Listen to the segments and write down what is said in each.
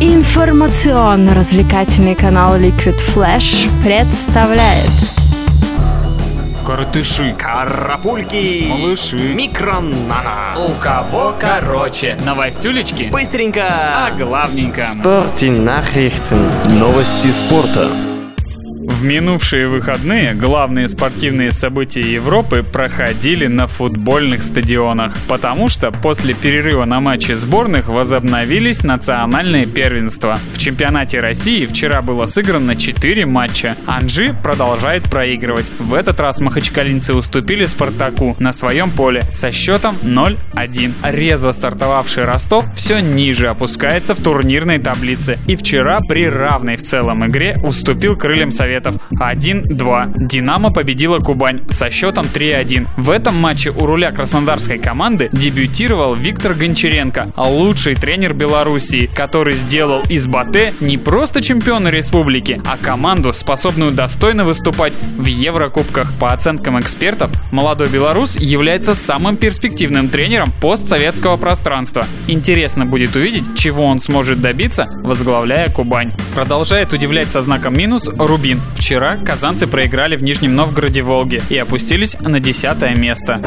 Информационно-развлекательный канал Liquid Flash представляет Коротыши, карапульки, малыши, микронана. У кого короче? Новостюлечки? Быстренько, А главненько. Спортнахрихтен. Новости спорта. В минувшие выходные главные спортивные события Европы проходили на футбольных стадионах, потому что после перерыва на матчи сборных возобновились национальные первенства. В чемпионате России вчера было сыграно 4 матча. Анжи продолжает проигрывать. В этот раз махачкалинцы уступили Спартаку на своем поле со счетом 0-1. Резво стартовавший Ростов все ниже опускается в турнирной таблице и вчера при равной в целом игре уступил крыльям Советов 1-2. Динамо победила Кубань со счетом 3-1. В этом матче у руля краснодарской команды дебютировал Виктор Гончаренко, лучший тренер Белоруссии, который сделал из Батэ не просто чемпиона республики, а команду, способную достойно выступать в Еврокубках. По оценкам экспертов, молодой белорус является самым перспективным тренером постсоветского пространства. Интересно будет увидеть, чего он сможет добиться, возглавляя Кубань. Продолжает удивлять со знаком минус Рубин. Вчера казанцы проиграли в Нижнем Новгороде Волге и опустились на 10-е место.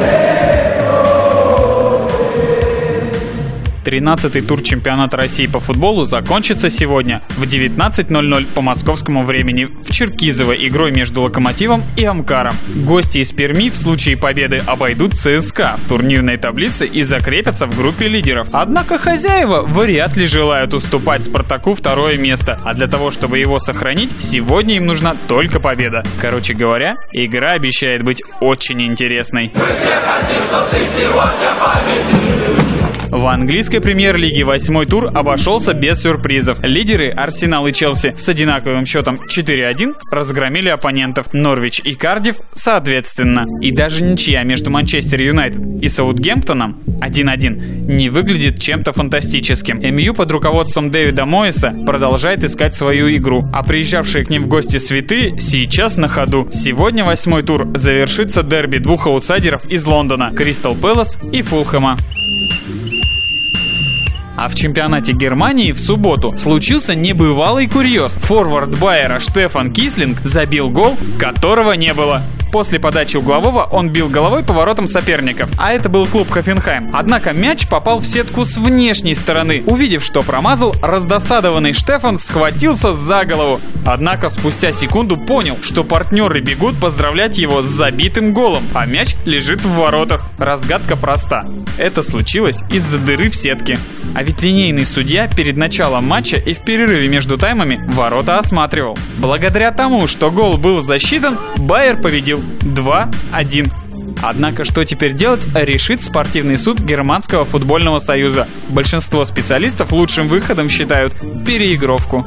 13-й тур чемпионата России по футболу закончится сегодня в 19:00 по московскому времени в Черкизово игрой между Локомотивом и Амкаром. Гости из Перми в случае победы обойдут ЦСКА в турнирной таблице и закрепятся в группе лидеров. Однако хозяева вряд ли желают уступать Спартаку второе место, а для того, чтобы его сохранить, сегодня им нужна только победа. Короче говоря, игра обещает быть очень интересной. Мы все хотим, чтобы ты сегодня победил. В английской премьер-лиге 8-й тур обошелся без сюрпризов. Лидеры Арсенал и Челси с одинаковым счетом 4-1 разгромили оппонентов Норвич и Кардифф соответственно. И даже ничья между Манчестер Юнайтед и Саутгемптоном 1-1 не выглядит чем-то фантастическим. МЮ под руководством Дэвида Моэса продолжает искать свою игру, а приезжавшие к ним в гости святые сейчас на ходу. Сегодня 8-й тур завершится дерби двух аутсайдеров из Лондона – Кристал Пэлас и Фулхэма. А в чемпионате Германии в субботу случился небывалый курьез. Форвард Байера Штефан Кислинг забил гол, которого не было. После подачи углового он бил головой по воротам соперников, а это был клуб Хофенхайм. Однако мяч попал в сетку с внешней стороны. Увидев, что промазал, раздосадованный Штефан схватился за голову. Однако спустя секунду понял, что партнеры бегут поздравлять его с забитым голом, а мяч лежит в воротах. Разгадка проста. Это случилось из-за дыры в сетке. А ведь линейный судья перед началом матча и в перерыве между таймами ворота осматривал. Благодаря тому, что гол был засчитан, Байер победил 2-1. Однако, что теперь делать, решит спортивный суд Германского футбольного союза. Большинство специалистов лучшим выходом считают переигровку.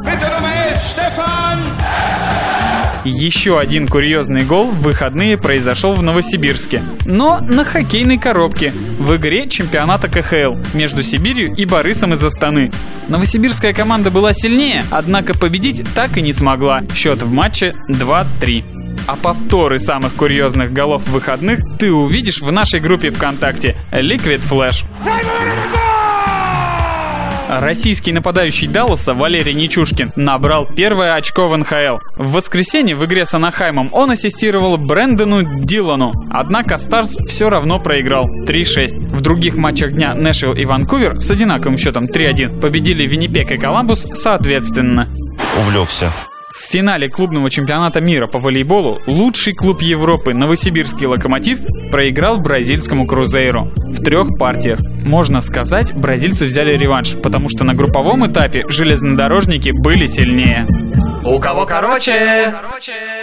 Еще один курьезный гол в выходные произошел в Новосибирске. Но на хоккейной коробке в игре чемпионата КХЛ между Сибирью и Борисом из Астаны. Новосибирская команда была сильнее, однако победить так и не смогла. Счет в матче 2-3. А повторы самых курьезных голов выходных ты увидишь в нашей группе ВКонтакте Liquid Flash. Российский нападающий Далласа Валерий Нечушкин набрал первое очко в НХЛ. В воскресенье в игре с Анахаймом он ассистировал Брэндону Дилану. Однако Старс все равно проиграл 3-6. В других матчах дня Нэшвилл и Ванкувер с одинаковым счетом 3-1 победили Виннипег и Коламбус соответственно. Увлекся. В финале клубного чемпионата мира по волейболу лучший клуб Европы Новосибирский Локомотив проиграл бразильскому Крузейру в 3 партиях. Можно сказать, бразильцы взяли реванш, потому что на групповом этапе железнодорожники были сильнее. У кого короче?